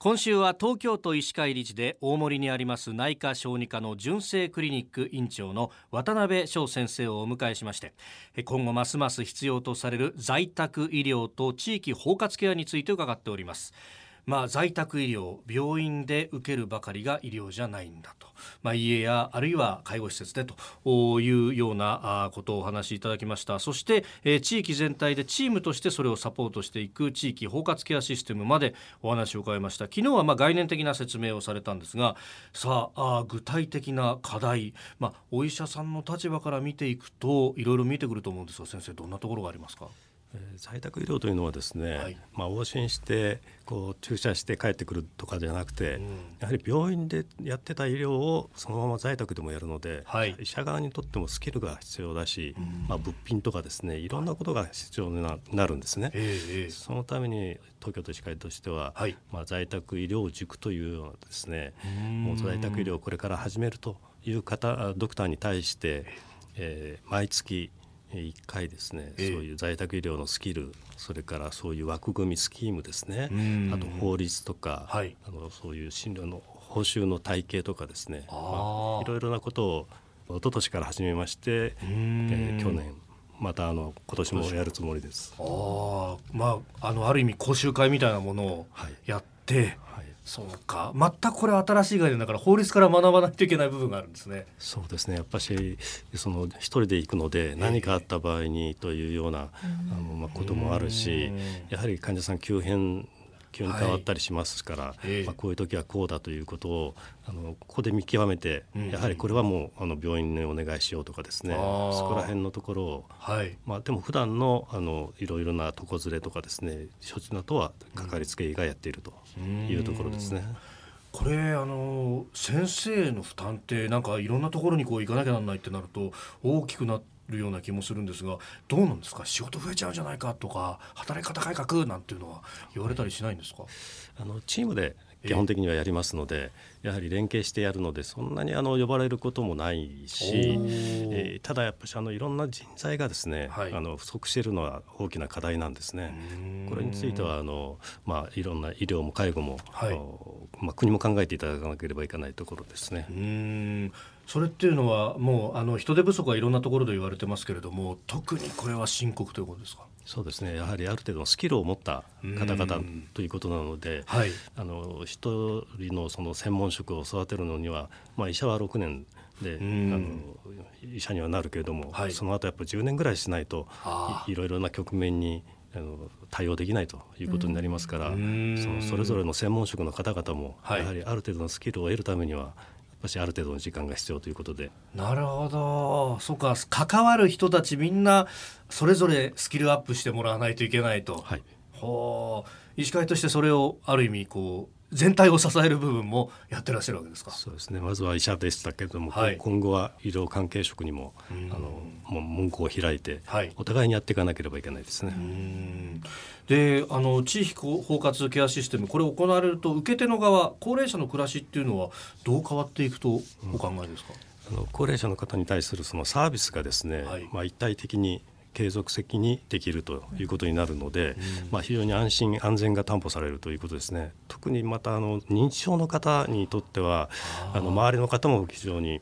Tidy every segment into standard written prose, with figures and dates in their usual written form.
今週は東京都医師会理事で大森にあります内科小児科の純正クリニック院長の渡辺翔先生をお迎えしまして、今後ますます必要とされる在宅医療と地域包括ケアについて伺っております。在宅医療、病院で受けるばかりが医療じゃないんだと、家やあるいは介護施設でというようなことをお話しいただきました。そして、地域全体でチームとしてそれをサポートしていく地域包括ケアシステムまでお話を伺いました。昨日は概念的な説明をされたんですが、具体的な課題、お医者さんの立場から見ていくといろいろ見えてくると思うんですが、先生どんなところがありますか？ 在宅医療というのはですね、往診して注射して帰ってくるとかじゃなくて、やはり病院でやってた医療をそのまま在宅でもやるので、医者側にとってもスキルが必要だし、物品とかですね、いろんなことが必要になるんですね。そのために東京都医師会としては、在宅医療塾というようなですね、もう在宅医療をこれから始めるというドクターに対して、毎月1回ですね、そういう在宅医療のスキル、それからそういう枠組みスキームですね、あと法律とか、そういう診療の報酬の体系とかですね、いろいろなことを一昨年から始めまして、去年また今年もやるつもりです。 ある意味講習会みたいなものをやって、そうか、全くこれは新しい概念だから法律から学ばないといけない部分があるんですね。 そうですね、やっぱり一人で行くので何かあった場合にというようなこともあるし、やはり患者さん急に変わったりしますから、こういう時はこうだということをここで見極めて、やはりこれはもう病院にお願いしようとかですね、そこら辺のところを、でも普段のいろいろな床ずれとかですね、処置などはかかりつけ医がやっているというところですね。 これ先生の負担ってなんかいろんなところに行かなきゃならないってなると大きくなるような気もするんですが、どうなんですか？仕事増えちゃうんじゃないかとか、働き方改革なんていうのは言われたりしないんですか？ チームで基本的にはやりますので、やはり連携してやるのでそんなに呼ばれることもないし、ただやっぱりいろんな人材がですね、不足しているのは大きな課題なんですね。これについてはいろんな医療も介護も、国も考えていただかなければいけないところですね。 それっていうのはもう人手不足はいろんなところで言われてますけれども、特にこれは深刻ということですか？ そうですね、やはりある程度のスキルを持った方々ということなので、一人のその専門職を育てるのには、医者は6年で医者にはなるけれども、その後やっぱり10年ぐらいしないといろいろな局面に対応できないということになりますから、それぞれの専門職の方々もやはりある程度のスキルを得るためにはある程度の時間が必要ということで。 なるほど、そうか、関わる人たちみんなそれぞれスキルアップしてもらわないといけないと、医師会としてそれをある意味全体を支える部分もやってらっしゃるわけですか？ そうですね、まずは医者でしたけれども、今後は医療関係職にももう門戸を開いて、お互いにやっていかなければいけないですね。 で地域包括ケアシステム、これ行われると受け手の側、高齢者の暮らしっていうのはどう変わっていくとお考えですか？ 高齢者の方に対するそのサービスがですね、一体的に継続的にできるということになるので、非常に安心安全が担保されるということですね。特にまた認知症の方にとっては周りの方も非常に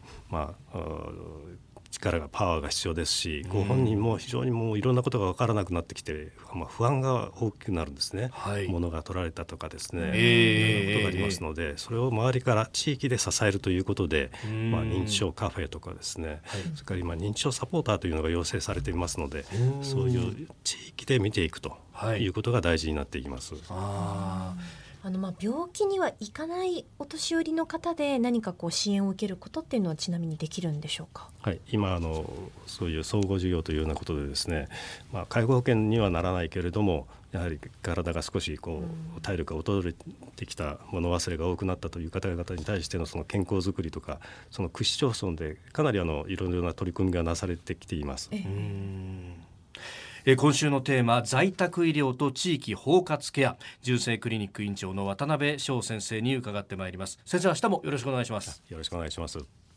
パワーが必要ですし、ご本人も非常にもういろんなことが分からなくなってきて、不安が大きくなるんですね。物が取られたとかですね、いろんなことがありますので、それを周りから地域で支えるということで、認知症カフェとかですね、それから今認知症サポーターというのが要請されていますので、そういう地域で見ていくということが大事になっていきます。 病気には行かないお年寄りの方で何か支援を受けることっていうのはちなみにできるんでしょうか？ 今そういう総合事業というようなことでですね、介護保険にはならないけれども、やはり体が少し体力が衰えてきた、物忘れが多くなったという方々に対してのその健康づくりとか、その区市町村でかなりいろいろな取り組みがなされてきています。 今週のテーマ、在宅医療と地域包括ケア、純正クリニック院長の渡辺翔先生に伺ってまいります。先生、明日もよろしくお願いします。 よろしくお願いします。